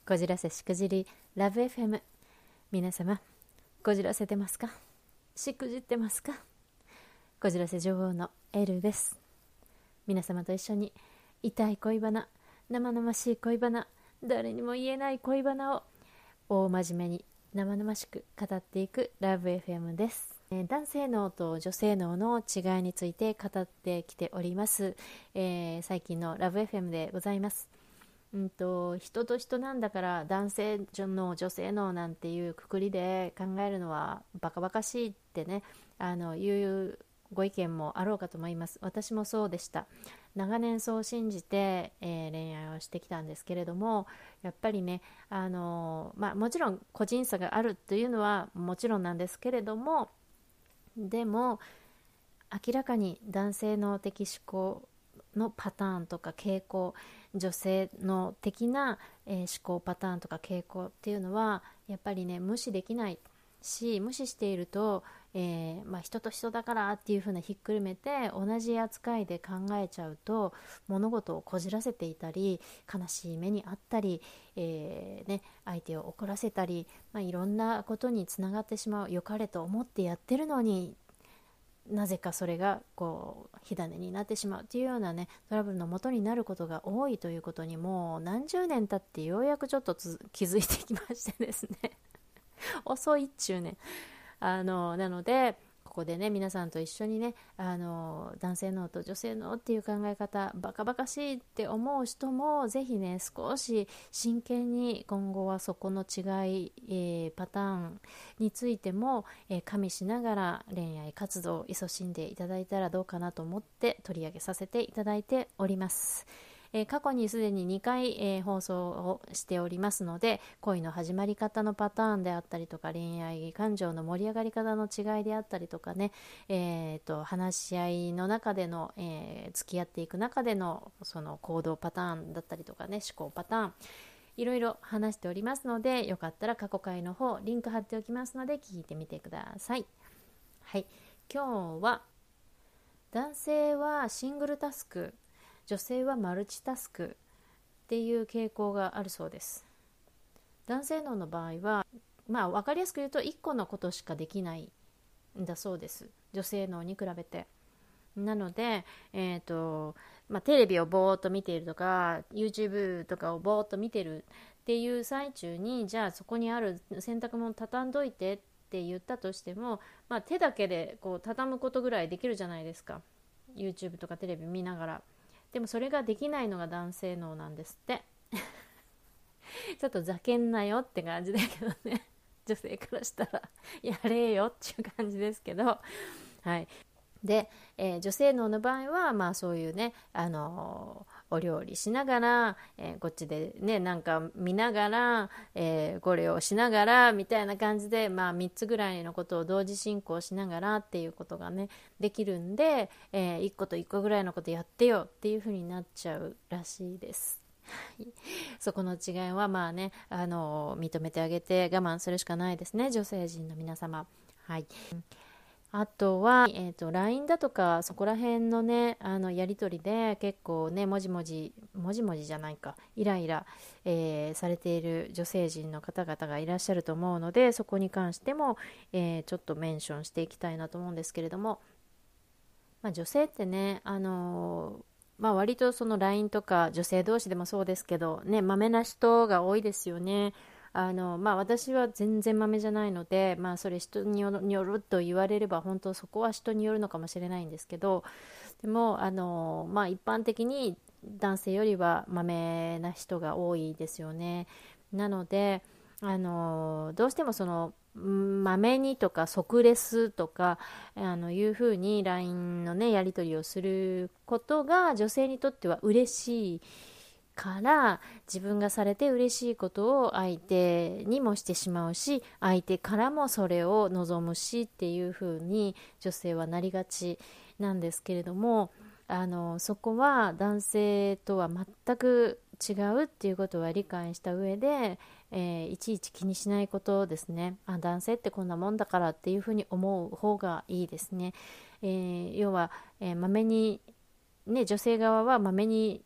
こじらせしくじりラブ FM、 皆様こじらせてますか？しくじってますか？こじらせ女王のエルです。皆様と一緒に痛い恋バナ、生々しい恋バナ、誰にも言えない恋バナを大真面目に生々しく語っていくラブ FM です。男性脳と女性脳の違いについて語ってきております、最近のラブ FM でございます。人と人なんだから男性脳女性脳なんていうくくりで考えるのはバカバカしいってね、いうご意見もあろうかと思います。私もそうでした。長年そう信じて、恋愛をしてきたんですけれども、やっぱりね、もちろん個人差があるというのはもちろんなんですけれども、でも明らかに男性の的思考のパターンとか傾向、女性の的な、思考パターンとか傾向っていうのはやっぱりね無視できないし、無視していると、人と人だからっていう風なひっくるめて同じ扱いで考えちゃうと物事をこじらせていたり悲しい目にあったり、相手を怒らせたり、いろんなことにつながってしまう。良かれと思ってやってるのになぜかそれがこう火種になってしまうというようなねトラブルの元になることが多いということにもう何十年経ってようやくちょっと気づいてきましてですね遅いっちゅうね。なのでここでね皆さんと一緒にね男性脳と女性脳っていう考え方バカバカしいって思う人もぜひね少し真剣に今後はそこの違い、パターンについても、加味しながら恋愛活動を勤しんでいただいたらどうかなと思って取り上げさせていただいております。過去にすでに2回、放送をしておりますので、恋の始まり方のパターンであったりとか恋愛感情の盛り上がり方の違いであったりとかね、話し合いの中での、付き合っていく中でのその行動パターンだったりとかね、思考パターンいろいろ話しておりますので、よかったら過去回の方リンク貼っておきますので聞いてみてください。はい、今日は男性はシングルタスク、女性はマルチタスクっていう傾向があるそうです。男性脳の場合は、分かりやすく言うと1個のことしかできないんだそうです。女性脳に比べて。なので、テレビをぼーっと見ているとか YouTube とかをぼーっと見てるっていう最中に、じゃあそこにある洗濯物畳んどいてって言ったとしても、手だけでこう畳むことぐらいできるじゃないですか。 YouTube とかテレビ見ながら。でもそれができないのが男性脳なんですってちょっとざけんなよって感じだけどね女性からしたらやれよっていう感じですけど、はい。で、女性脳の場合は、そういうね、お料理しながら、こっちでねなんか見ながら、これをしながらみたいな感じで、3つぐらいのことを同時進行しながらっていうことがねできるんで、1個と1個ぐらいのことやってよっていう風になっちゃうらしいです。そこの違いは認めてあげて我慢するしかないですね、女性陣の皆様。はい。あとは、LINE だとかそこら辺のねやり取りで結構ねもじもじじゃないかイライラ、されている女性陣の方々がいらっしゃると思うので、そこに関しても、ちょっとメンションしていきたいなと思うんですけれども、女性ってね割とその LINE とか女性同士でもそうですけどね、まめな人が多いですよね。私は全然まめじゃないので、それ人によると言われれば本当そこは人によるのかもしれないんですけど、でも一般的に男性よりはまめな人が多いですよね。なのでどうしてもそのまめにとか即レスとかいうふうに LINE のねやり取りをすることが女性にとっては嬉しいから、自分がされて嬉しいことを相手にもしてしまうし、相手からもそれを望むしっていう風に女性はなりがちなんですけれども、そこは男性とは全く違うっていうことは理解した上で、いちいち気にしないことですね。男性ってこんなもんだからっていう風に思う方がいいですね。要は、まめにね、女性側はまめに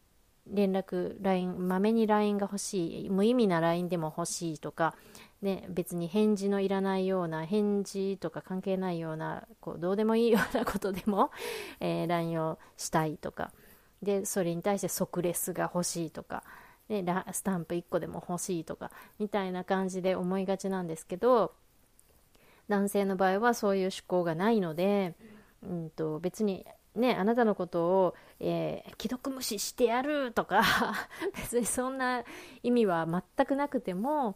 連絡 LINE まめに LINE が欲しい、無意味な LINE でも欲しいとか、ね、別に返事のいらないような、返事とか関係ないようなどうでもいいようなことでも、LINE をしたいとかで、それに対して即レスが欲しいとか、ね、スタンプ1個でも欲しいとかみたいな感じで思いがちなんですけど、男性の場合はそういう思考がないので、別にね、あなたのことを、既読無視してやるとか別にそんな意味は全くなくても、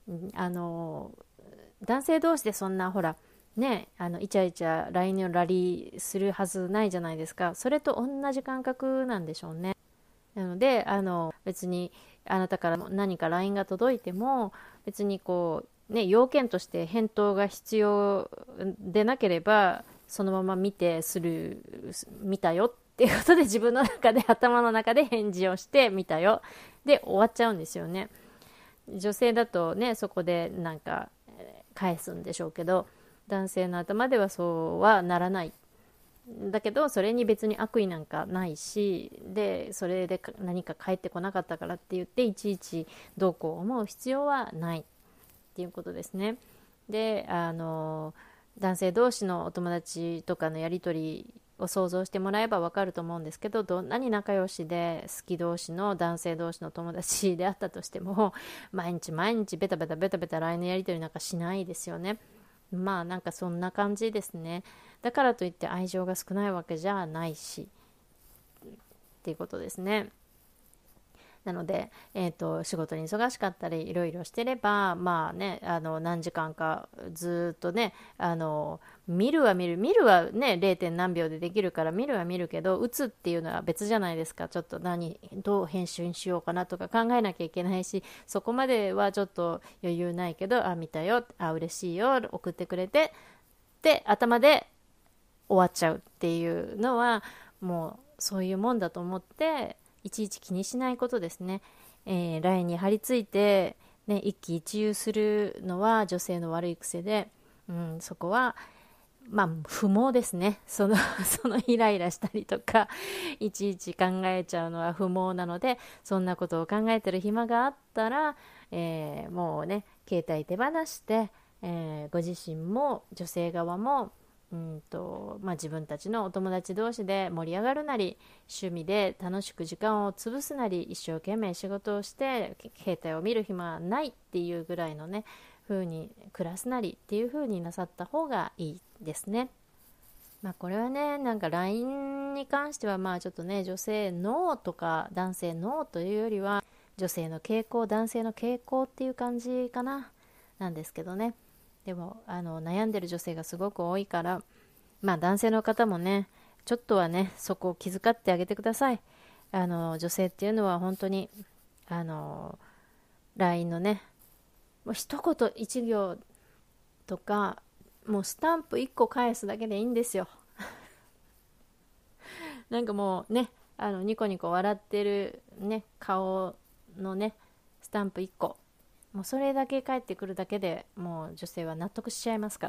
男性同士でそんなほらね、イチャイチャ LINE のラリーするはずないじゃないですか。それと同じ感覚なんでしょうね。なので別にあなたから何か LINE が届いても、別に要件として返答が必要でなければそのまま見たよっていうことで、自分の中で頭の中で返事をして見たよで終わっちゃうんですよね。女性だとね、そこでなんか返すんでしょうけど、男性の頭ではそうはならない。だけどそれに別に悪意なんかないし、でそれで何か返ってこなかったからって言っていちいちどうこう思う必要はないっていうことですね。で男性同士のお友達とかのやり取りを想像してもらえば分かると思うんですけど、どんなに仲良しで好き同士の男性同士の友達であったとしても、毎日毎日ベタベタベタベタ LINE のやり取りなんかしないですよね。まあなんかそんな感じですね。だからといって愛情が少ないわけじゃないしっていうことですね。なので、仕事に忙しかったりいろいろしてれば、まあね、何時間かずっとね、見るはね 0. 何秒でできるから見るは見るけど、打つっていうのは別じゃないですか。ちょっとどう返信しようかなとか考えなきゃいけないし、そこまではちょっと余裕ないけど、見たよ、嬉しいよ、送ってくれてで頭で終わっちゃうっていうのは、もうそういうもんだと思っていちいち気にしないことですね。LINE に張り付いて、ね、一喜一憂するのは女性の悪い癖で、そこはまあ不毛ですね。そのイライラしたりとかいちいち考えちゃうのは不毛なので、そんなことを考えてる暇があったら、もうね、携帯手放して、ご自身も女性側も自分たちのお友達同士で盛り上がるなり、趣味で楽しく時間を潰すなり、一生懸命仕事をして携帯を見る暇はないっていうぐらいのね風に暮らすなりっていう風になさった方がいいですね。これはね、なんか LINE に関してはちょっとね、女性ノーとか男性ノーというよりは女性の傾向男性の傾向っていう感じかな、なんですけどね。でも悩んでる女性がすごく多いから、男性の方もね、ちょっとはねそこを気遣ってあげてください。女性っていうのは本当にLINE のね、もう一言一行とか、もうスタンプ1個返すだけでいいんですよなんかもうね、ニコニコ笑ってるね顔のねスタンプ1個、もうそれだけ返ってくるだけでもう女性は納得しちゃいます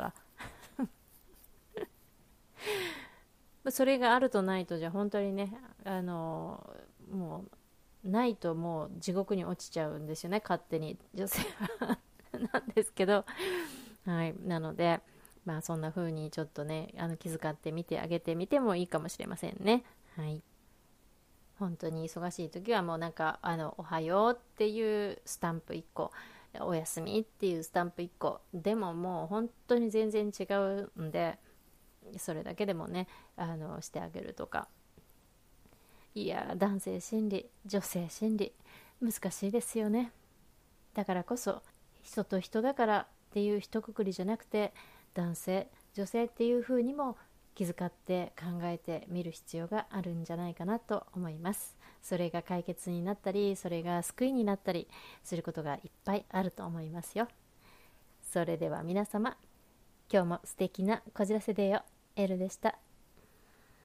からそれがあるとないとじゃ本当にね、もうないともう地獄に落ちちゃうんですよね、勝手に女性はなんですけど、はい、なのでそんな風にちょっとね気遣ってみてあげてみてもいいかもしれませんね。はい、本当に忙しい時はもうなんかおはようっていうスタンプ1個、おやすみっていうスタンプ1個でももう本当に全然違うんで、それだけでもねしてあげるとか。いや、男性心理女性心理難しいですよね。だからこそ人と人だからっていう一括りじゃなくて、男性女性っていう風にも気遣って考えてみる必要があるんじゃないかなと思います。それが解決になったり、それが救いになったりすることがいっぱいあると思いますよ。それでは皆様、今日も素敵なこじらせデーよ。エルでした。